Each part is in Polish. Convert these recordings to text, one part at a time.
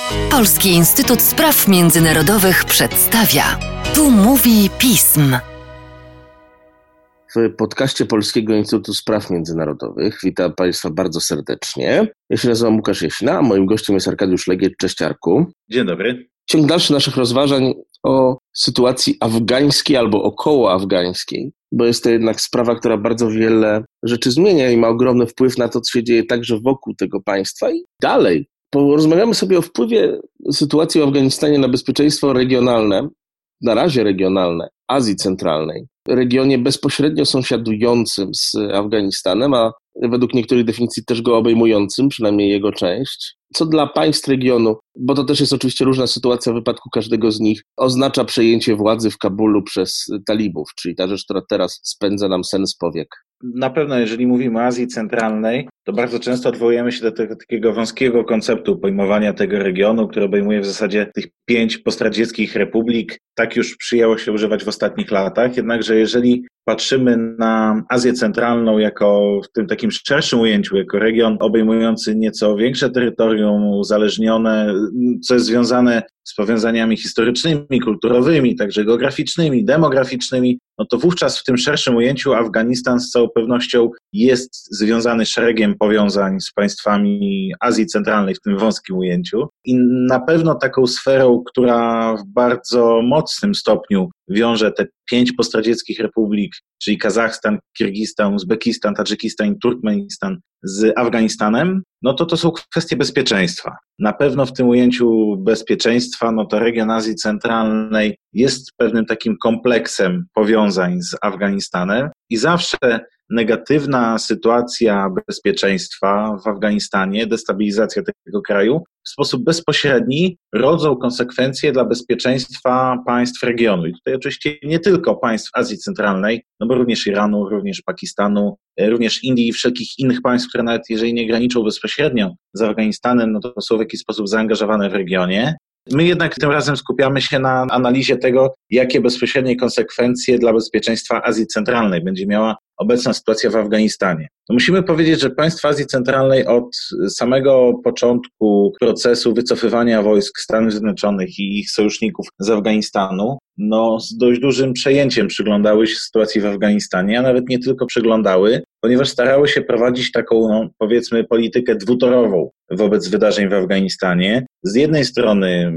Polski Instytut Spraw Międzynarodowych przedstawia. Tu mówi pism. W podcaście Polskiego Instytutu Spraw Międzynarodowych witam Państwa bardzo serdecznie. Ja się nazywam Łukasz Jasina, a moim gościem jest Arkadiusz Legieć. Cześć, Arku. Dzień dobry. Ciąg dalszy naszych rozważań o sytuacji afgańskiej albo około afgańskiej, bo jest to jednak sprawa, która bardzo wiele rzeczy zmienia i ma ogromny wpływ na to, co się dzieje także wokół tego państwa i dalej. Porozmawiamy sobie o wpływie sytuacji w Afganistanie na bezpieczeństwo regionalne, na razie regionalne, Azji Centralnej, regionie bezpośrednio sąsiadującym z Afganistanem, a według niektórych definicji też go obejmującym, przynajmniej jego część, co dla państw regionu, bo to też jest oczywiście różna sytuacja w wypadku każdego z nich, oznacza przejęcie władzy w Kabulu przez talibów, czyli ta rzecz, która teraz spędza nam sen z powiek. Na pewno, jeżeli mówimy o Azji Centralnej, to bardzo często odwołujemy się do tego takiego wąskiego konceptu pojmowania tego regionu, który obejmuje w zasadzie tych 5 postradzieckich republik. Tak już przyjęło się używać w ostatnich latach. Jednakże jeżeli patrzymy na Azję Centralną jako w tym takim szerszym ujęciu, jako region obejmujący nieco większe terytorium, uzależnione, co jest związane z powiązaniami historycznymi, kulturowymi, także geograficznymi, demograficznymi, no to wówczas w tym szerszym ujęciu Afganistan z całą pewnością jest związany szeregiem powiązań z państwami Azji Centralnej w tym wąskim ujęciu i na pewno taką sferą, która w bardzo mocnym stopniu wiąże te 5 postradzieckich republik, czyli Kazachstan, Kirgistan, Uzbekistan, Tadżykistan i Turkmenistan z Afganistanem, no to są kwestie bezpieczeństwa. Na pewno w tym ujęciu bezpieczeństwa, no to region Azji Centralnej jest pewnym takim kompleksem powiązań z Afganistanem i zawsze negatywna sytuacja bezpieczeństwa w Afganistanie, destabilizacja tego kraju w sposób bezpośredni rodzą konsekwencje dla bezpieczeństwa państw regionu. I tutaj oczywiście nie tylko państw Azji Centralnej, no bo również Iranu, również Pakistanu, również Indii i wszelkich innych państw, które nawet jeżeli nie graniczą bezpośrednio z Afganistanem, no to są w jakiś sposób zaangażowane w regionie. My jednak tym razem skupiamy się na analizie tego, jakie bezpośrednie konsekwencje dla bezpieczeństwa Azji Centralnej będzie miała obecna sytuacja w Afganistanie. No musimy powiedzieć, że państwa Azji Centralnej od samego początku procesu wycofywania wojsk Stanów Zjednoczonych i ich sojuszników z Afganistanu, no z dość dużym przejęciem przyglądały się sytuacji w Afganistanie, a nawet nie tylko przyglądały, ponieważ starały się prowadzić taką, no, powiedzmy, politykę dwutorową wobec wydarzeń w Afganistanie. Z jednej strony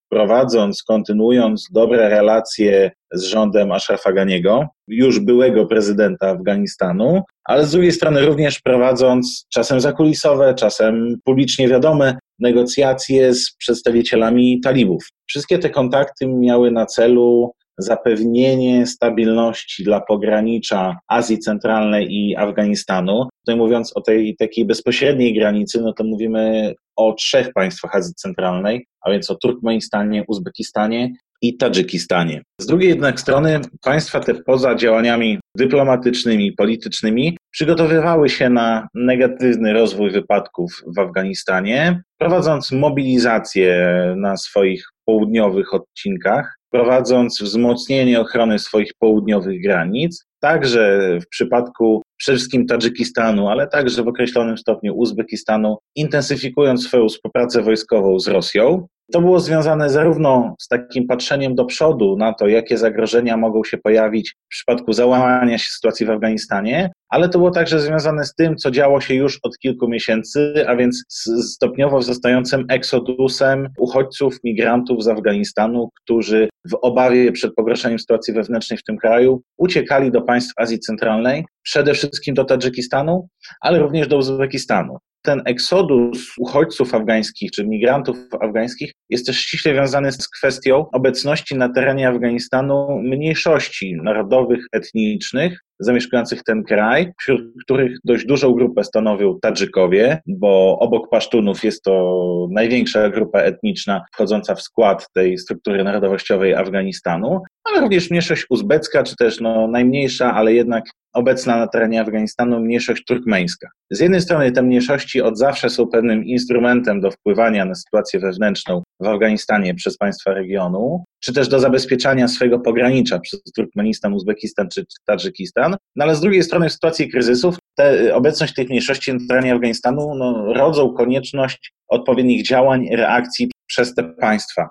kontynuując dobre relacje z rządem Ashrafa Ganiego, już byłego prezydenta Afganistanu, ale z drugiej strony również prowadząc czasem zakulisowe, czasem publicznie wiadome negocjacje z przedstawicielami talibów. Wszystkie te kontakty miały na celu zapewnienie stabilności dla pogranicza Azji Centralnej i Afganistanu. Tutaj mówiąc o tej takiej bezpośredniej granicy, no to mówimy o 3 państwach Azji Centralnej, a więc o Turkmenistanie, Uzbekistanie i Tadżykistanie. Z drugiej jednak strony państwa te poza działaniami dyplomatycznymi, politycznymi przygotowywały się na negatywny rozwój wypadków w Afganistanie, prowadząc mobilizację na swoich południowych odcinkach, prowadząc wzmocnienie ochrony swoich południowych granic, także w przypadku przede wszystkim Tadżykistanu, ale także w określonym stopniu Uzbekistanu, intensyfikując swoją współpracę wojskową z Rosją. To było związane zarówno z takim patrzeniem do przodu na to, jakie zagrożenia mogą się pojawić w przypadku załamania się sytuacji w Afganistanie, ale to było także związane z tym, co działo się już od kilku miesięcy, a więc z stopniowo wzrastającym eksodusem uchodźców, migrantów z Afganistanu, którzy w obawie przed pogorszeniem sytuacji wewnętrznej w tym kraju uciekali do państw Azji Centralnej, przede wszystkim do Tadżykistanu, ale również do Uzbekistanu. Ten eksodus uchodźców afgańskich czy migrantów afgańskich jest też ściśle związany z kwestią obecności na terenie Afganistanu mniejszości narodowych, etnicznych zamieszkujących ten kraj, wśród których dość dużą grupę stanowią Tadżykowie, bo obok Pasztunów jest to największa grupa etniczna wchodząca w skład tej struktury narodowościowej Afganistanu, ale również mniejszość uzbecka, czy też najmniejsza, ale jednak obecna na terenie Afganistanu mniejszość turkmeńska. Z jednej strony te mniejszości od zawsze są pewnym instrumentem do wpływania na sytuację wewnętrzną w Afganistanie przez państwa regionu, czy też do zabezpieczania swojego pogranicza przez Turkmenistan, Uzbekistan czy Tadżykistan, ale z drugiej strony w sytuacji kryzysów obecność tych mniejszości na terenie Afganistanu rodzą konieczność odpowiednich działań, reakcji przez te państwa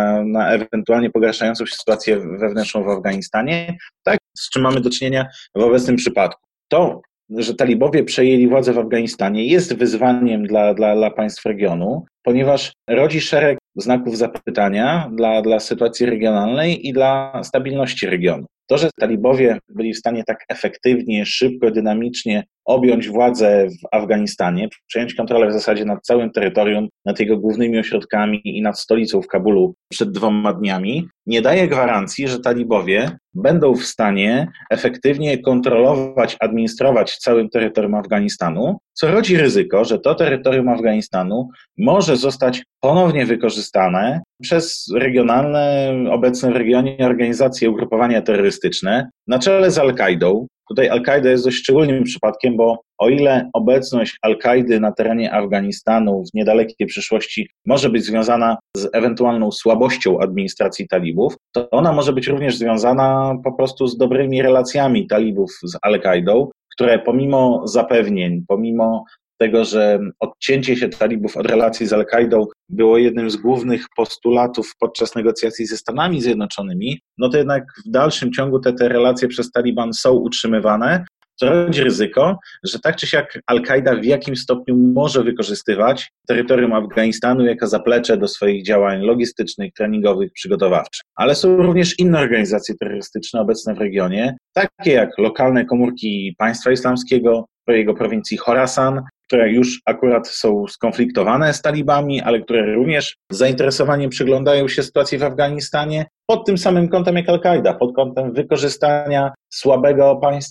na ewentualnie pogarszającą się sytuację wewnętrzną w Afganistanie, tak, z czym mamy do czynienia w obecnym przypadku. To, że talibowie przejęli władzę w Afganistanie, jest wyzwaniem dla państw regionu, ponieważ rodzi szereg znaków zapytania dla sytuacji regionalnej i dla stabilności regionu. To, że talibowie byli w stanie tak efektywnie, szybko, dynamicznie objąć władzę w Afganistanie, przejąć kontrolę w zasadzie nad całym terytorium, nad jego głównymi ośrodkami i nad stolicą w Kabulu przed 2 dniami, nie daje gwarancji, że talibowie będą w stanie efektywnie kontrolować, administrować całym terytorium Afganistanu, co rodzi ryzyko, że to terytorium Afganistanu może zostać ponownie wykorzystane przez regionalne, obecne w regionie organizacje, ugrupowania terrorystyczne na czele z Al-Kaidą. Tutaj Al-Kaida jest dość szczególnym przypadkiem, bo o ile obecność Al-Kaidy na terenie Afganistanu w niedalekiej przyszłości może być związana z ewentualną słabością administracji talibów, to ona może być również związana po prostu z dobrymi relacjami talibów z Al-Kaidą, które pomimo zapewnień, pomimo tego, że odcięcie się talibów od relacji z Al-Kaidą było jednym z głównych postulatów podczas negocjacji ze Stanami Zjednoczonymi, no to jednak w dalszym ciągu te relacje przez Taliban są utrzymywane, co rodzi ryzyko, że tak czy siak Al-Kaida w jakimś stopniu może wykorzystywać terytorium Afganistanu jako zaplecze do swoich działań logistycznych, treningowych, przygotowawczych. Ale są również inne organizacje terrorystyczne obecne w regionie, takie jak lokalne komórki państwa islamskiego, jego prowincji Chorasan, które już akurat są skonfliktowane z talibami, ale które również z zainteresowaniem przyglądają się sytuacji w Afganistanie pod tym samym kątem jak Al-Kaida, pod kątem wykorzystania słabego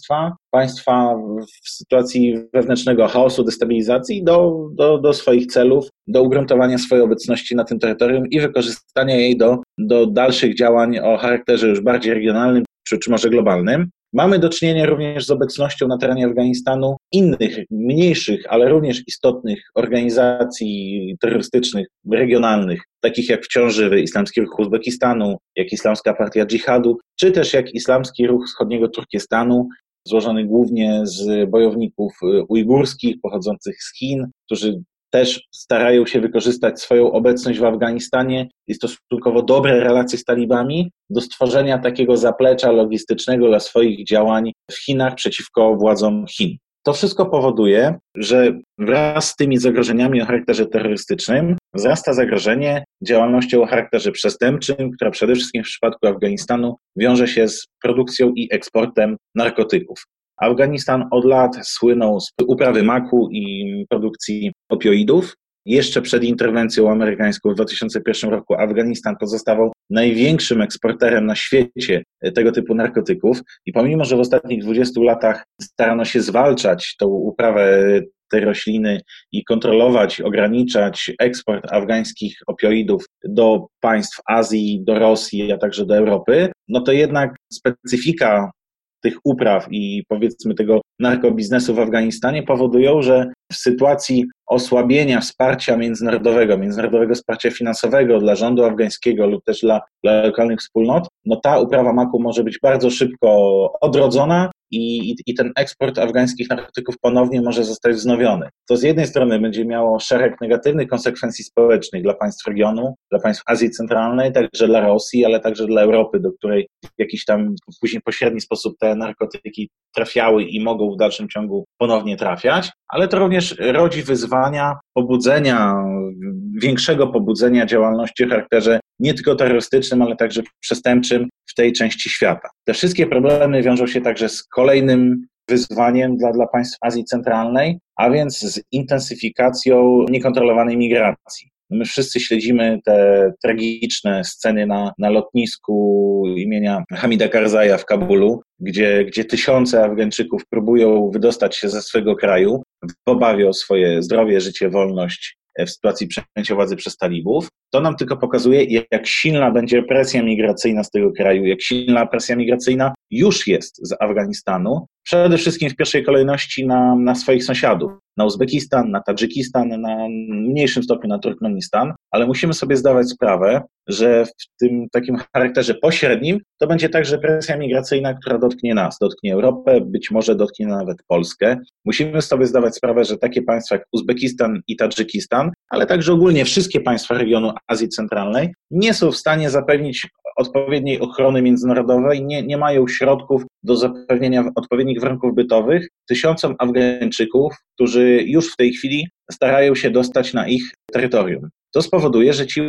państwa w sytuacji wewnętrznego chaosu, destabilizacji do swoich celów, do ugruntowania swojej obecności na tym terytorium i wykorzystania jej do dalszych działań o charakterze już bardziej regionalnym czy może globalnym. Mamy do czynienia również z obecnością na terenie Afganistanu innych, mniejszych, ale również istotnych organizacji terrorystycznych, regionalnych, takich jak wciąż żywy Islamski Ruch Uzbekistanu, jak Islamska Partia Dżihadu, czy też jak Islamski Ruch Wschodniego Turkestanu, złożony głównie z bojowników ujgurskich pochodzących z Chin, którzy też starają się wykorzystać swoją obecność w Afganistanie i stosunkowo dobre relacje z talibami do stworzenia takiego zaplecza logistycznego dla swoich działań w Chinach przeciwko władzom Chin. To wszystko powoduje, że wraz z tymi zagrożeniami o charakterze terrorystycznym wzrasta zagrożenie działalnością o charakterze przestępczym, która przede wszystkim w przypadku Afganistanu wiąże się z produkcją i eksportem narkotyków. Afganistan od lat słynął z uprawy maku i produkcji opioidów. Jeszcze przed interwencją amerykańską w 2001 roku Afganistan pozostawał największym eksporterem na świecie tego typu narkotyków i pomimo, że w ostatnich 20 latach starano się zwalczać tą uprawę tej rośliny i kontrolować, ograniczać eksport afgańskich opioidów do państw Azji, do Rosji, a także do Europy, no to jednak specyfika tych upraw i powiedzmy tego narkobiznesu w Afganistanie powodują, że w sytuacji osłabienia wsparcia międzynarodowego wsparcia finansowego dla rządu afgańskiego lub też dla lokalnych wspólnot, no ta uprawa maku może być bardzo szybko odrodzona i ten eksport afgańskich narkotyków ponownie może zostać wznowiony. To z jednej strony będzie miało szereg negatywnych konsekwencji społecznych dla państw regionu, dla państw Azji Centralnej, także dla Rosji, ale także dla Europy, do której w jakiś tam później pośredni sposób te narkotyki trafiały i mogą w dalszym ciągu ponownie trafiać, ale to również rodzi wyzwania większego pobudzenia działalności o charakterze nie tylko terrorystycznym, ale także przestępczym w tej części świata. Te wszystkie problemy wiążą się także z kolejnym wyzwaniem dla państw Azji Centralnej, a więc z intensyfikacją niekontrolowanej migracji. My wszyscy śledzimy te tragiczne sceny na lotnisku imienia Hamida Karzaja w Kabulu, gdzie tysiące Afgańczyków próbują wydostać się ze swego kraju w obawie o swoje zdrowie, życie, wolność w sytuacji przejęcia władzy przez talibów. To nam tylko pokazuje, jak silna będzie presja migracyjna z tego kraju, jak silna presja migracyjna już jest z Afganistanu, przede wszystkim w pierwszej kolejności na swoich sąsiadów, na Uzbekistan, na Tadżykistan, na mniejszym stopniu na Turkmenistan, ale musimy sobie zdawać sprawę, że w tym takim charakterze pośrednim to będzie także presja migracyjna, która dotknie nas, dotknie Europę, być może dotknie nawet Polskę. Musimy sobie zdawać sprawę, że takie państwa jak Uzbekistan i Tadżykistan ale także ogólnie wszystkie państwa regionu Azji Centralnej nie są w stanie zapewnić odpowiedniej ochrony międzynarodowej, nie mają środków do zapewnienia odpowiednich warunków bytowych tysiącom Afgańczyków, którzy już w tej chwili starają się dostać na ich terytorium. To spowoduje, że ci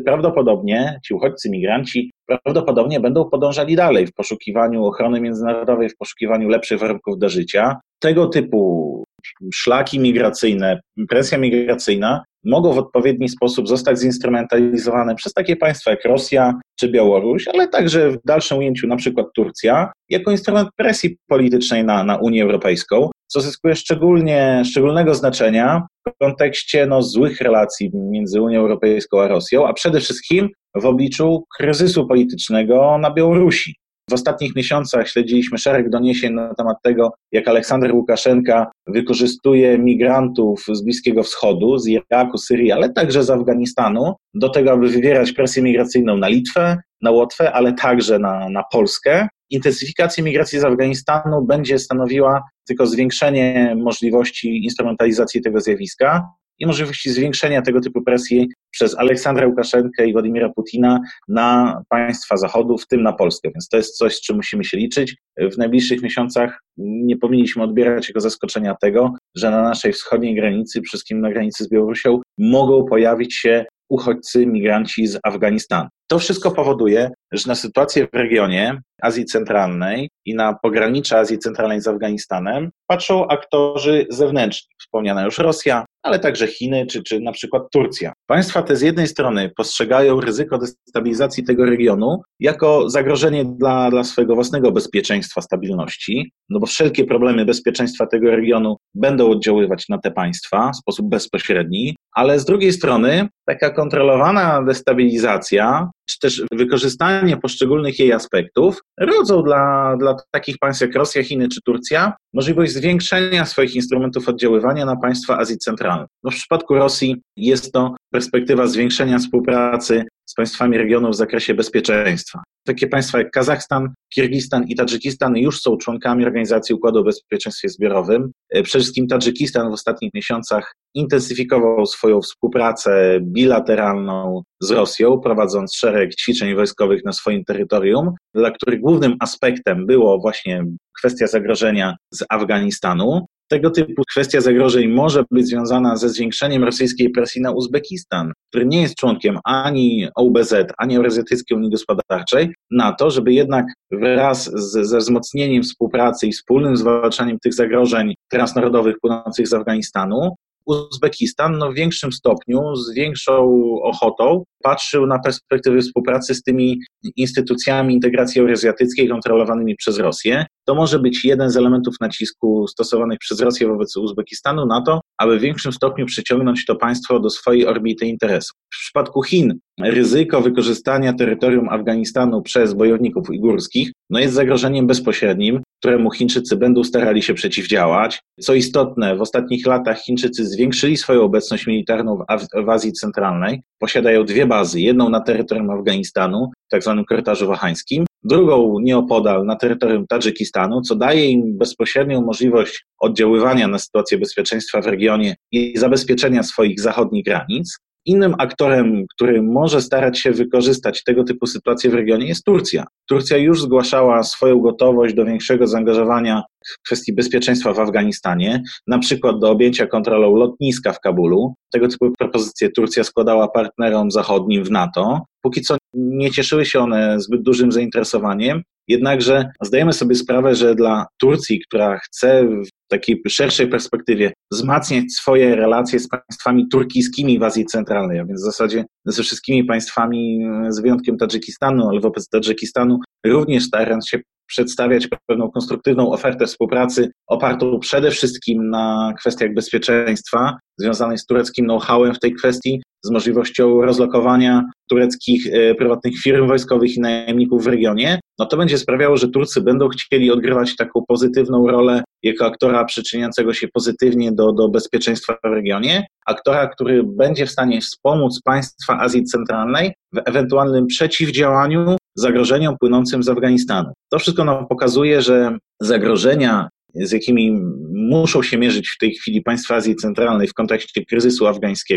uchodźcy, migranci prawdopodobnie będą podążali dalej w poszukiwaniu ochrony międzynarodowej, w poszukiwaniu lepszych warunków do życia. Tego typu szlaki migracyjne, presja migracyjna mogą w odpowiedni sposób zostać zinstrumentalizowane przez takie państwa jak Rosja czy Białoruś, ale także w dalszym ujęciu na przykład Turcja, jako instrument presji politycznej na Unię Europejską, co zyskuje szczególnego znaczenia w kontekście złych relacji między Unią Europejską a Rosją, a przede wszystkim w obliczu kryzysu politycznego na Białorusi. W ostatnich miesiącach śledziliśmy szereg doniesień na temat tego, jak Aleksander Łukaszenka wykorzystuje migrantów z Bliskiego Wschodu, z Iraku, Syrii, ale także z Afganistanu, do tego, aby wywierać presję migracyjną na Litwę, na Łotwę, ale także na Polskę. Intensyfikacja migracji z Afganistanu będzie stanowiła tylko zwiększenie możliwości instrumentalizacji tego zjawiska i możliwości zwiększenia tego typu presji przez Aleksandra Łukaszenkę i Władimira Putina na państwa Zachodu, w tym na Polskę. Więc to jest coś, z czym musimy się liczyć. W najbliższych miesiącach nie powinniśmy odbierać jako zaskoczenia tego, że na naszej wschodniej granicy, przede wszystkim na granicy z Białorusią, mogą pojawić się uchodźcy, migranci z Afganistanu. To wszystko powoduje, że na sytuację w regionie Azji Centralnej i na pogranicze Azji Centralnej z Afganistanem patrzą aktorzy zewnętrzni. Wspomniana już Rosja, ale także Chiny czy na przykład Turcja. Państwa te z jednej strony postrzegają ryzyko destabilizacji tego regionu jako zagrożenie dla swojego własnego bezpieczeństwa, stabilności, bo wszelkie problemy bezpieczeństwa tego regionu będą oddziaływać na te państwa w sposób bezpośredni, ale z drugiej strony taka kontrolowana destabilizacja czy też wykorzystanie poszczególnych jej aspektów rodzą dla takich państw jak Rosja, Chiny czy Turcja możliwość zwiększenia swoich instrumentów oddziaływania na państwa Azji Centralnej. W przypadku Rosji jest to perspektywa zwiększenia współpracy z państwami regionu w zakresie bezpieczeństwa. Takie państwa jak Kazachstan, Kirgistan i Tadżykistan już są członkami Organizacji Układu o Bezpieczeństwie Zbiorowym. Przede wszystkim Tadżykistan w ostatnich miesiącach intensyfikował swoją współpracę bilateralną z Rosją, prowadząc szereg ćwiczeń wojskowych na swoim terytorium, dla których głównym aspektem było właśnie kwestia zagrożenia z Afganistanu. Tego typu kwestia zagrożeń może być związana ze zwiększeniem rosyjskiej presji na Uzbekistan, który nie jest członkiem ani OBZ, ani Eurazjatyckiej Unii Gospodarczej, na to, żeby jednak wraz ze wzmocnieniem współpracy i wspólnym zwalczaniem tych zagrożeń transnarodowych płynących z Afganistanu, Uzbekistan w większym stopniu, z większą ochotą patrzył na perspektywy współpracy z tymi instytucjami integracji eurazjatyckiej kontrolowanymi przez Rosję. To może być jeden z elementów nacisku stosowanych przez Rosję wobec Uzbekistanu na to, aby w większym stopniu przyciągnąć to państwo do swojej orbity interesów. W przypadku Chin ryzyko wykorzystania terytorium Afganistanu przez bojowników ujgurskich jest zagrożeniem bezpośrednim, któremu Chińczycy będą starali się przeciwdziałać. Co istotne, w ostatnich latach Chińczycy zwiększyli swoją obecność militarną w Azji Centralnej. Posiadają dwie bazy, jedną na terytorium Afganistanu, w tak zwanym korytarzu wahańskim, drugą nieopodal na terytorium Tadżykistanu, co daje im bezpośrednią możliwość oddziaływania na sytuację bezpieczeństwa w regionie i zabezpieczenia swoich zachodnich granic. Innym aktorem, który może starać się wykorzystać tego typu sytuacje w regionie, jest Turcja. Turcja już zgłaszała swoją gotowość do większego zaangażowania w kwestii bezpieczeństwa w Afganistanie, na przykład do objęcia kontrolą lotniska w Kabulu. Tego typu propozycje Turcja składała partnerom zachodnim w NATO. Póki co nie cieszyły się one zbyt dużym zainteresowaniem, jednakże zdajemy sobie sprawę, że dla Turcji, która chce w takiej szerszej perspektywie wzmacniać swoje relacje z państwami turkijskimi w Azji Centralnej, a więc w zasadzie ze wszystkimi państwami z wyjątkiem Tadżykistanu, ale wobec Tadżykistanu również starając się przedstawiać pewną konstruktywną ofertę współpracy opartą przede wszystkim na kwestiach bezpieczeństwa związanej z tureckim know-howem w tej kwestii, z możliwością rozlokowania tureckich prywatnych firm wojskowych i najemników w regionie, to będzie sprawiało, że Turcy będą chcieli odgrywać taką pozytywną rolę jako aktora przyczyniającego się pozytywnie do bezpieczeństwa w regionie, aktora, który będzie w stanie wspomóc państwa Azji Centralnej w ewentualnym przeciwdziałaniu zagrożeniom płynącym z Afganistanu. To wszystko nam pokazuje, że zagrożenia, z jakimi muszą się mierzyć w tej chwili państwa Azji Centralnej w kontekście kryzysu afgańskiego,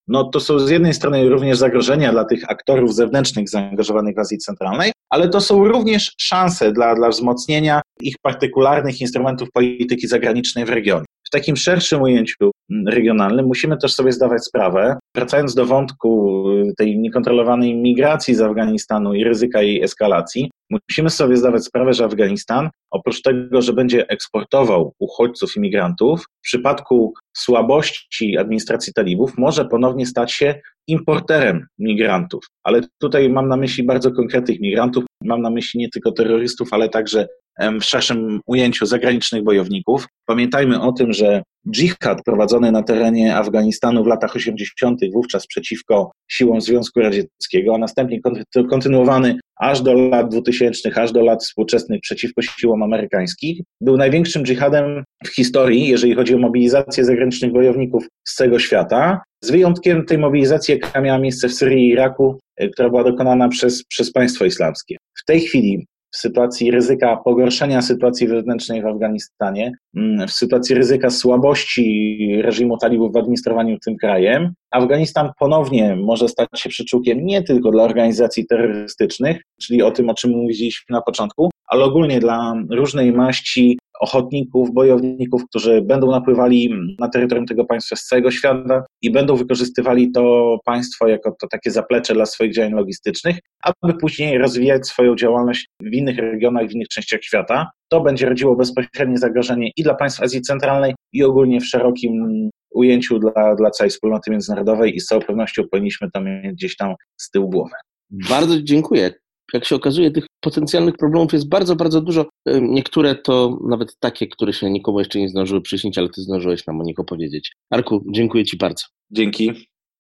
no to są z jednej strony również zagrożenia dla tych aktorów zewnętrznych zaangażowanych w Azji Centralnej, ale to są również szanse dla wzmocnienia ich partykularnych instrumentów polityki zagranicznej w regionie. W takim szerszym ujęciu regionalnym musimy też sobie zdawać sprawę, wracając do wątku tej niekontrolowanej migracji z Afganistanu i ryzyka jej eskalacji, musimy sobie zdawać sprawę, że Afganistan, oprócz tego, że będzie eksportował uchodźców i migrantów, w przypadku słabości administracji talibów może ponownie stać się importerem migrantów. Ale tutaj mam na myśli bardzo konkretnych migrantów, mam na myśli nie tylko terrorystów, ale także w szerszym ujęciu zagranicznych bojowników. Pamiętajmy o tym, że dżihad prowadzony na terenie Afganistanu w latach 80. wówczas przeciwko siłom Związku Radzieckiego, a następnie kontynuowany aż do lat 2000, aż do lat współczesnych przeciwko siłom amerykańskich, był największym dżihadem w historii, jeżeli chodzi o mobilizację zagranicznych bojowników z całego świata, z wyjątkiem tej mobilizacji, jaka miała miejsce w Syrii i Iraku, która była dokonana przez państwo islamskie. W tej chwili w sytuacji ryzyka pogorszenia sytuacji wewnętrznej w Afganistanie, w sytuacji ryzyka słabości reżimu talibów w administrowaniu tym krajem, Afganistan ponownie może stać się przyczółkiem nie tylko dla organizacji terrorystycznych, czyli o tym, o czym mówiliśmy na początku, ale ogólnie dla różnej maści ochotników, bojowników, którzy będą napływali na terytorium tego państwa z całego świata i będą wykorzystywali to państwo jako to takie zaplecze dla swoich działań logistycznych, aby później rozwijać swoją działalność w innych regionach, w innych częściach świata. To będzie rodziło bezpośrednie zagrożenie i dla państw Azji Centralnej, i ogólnie w szerokim ujęciu dla całej wspólnoty międzynarodowej i z całą pewnością powinniśmy to mieć gdzieś tam z tyłu głowy. Bardzo dziękuję. Jak się okazuje, tych potencjalnych problemów jest bardzo, bardzo dużo. Niektóre to nawet takie, które się nikomu jeszcze nie zdążyły przyśnić, ale ty zdążyłeś nam o nich opowiedzieć. Arku, dziękuję ci bardzo. Dzięki.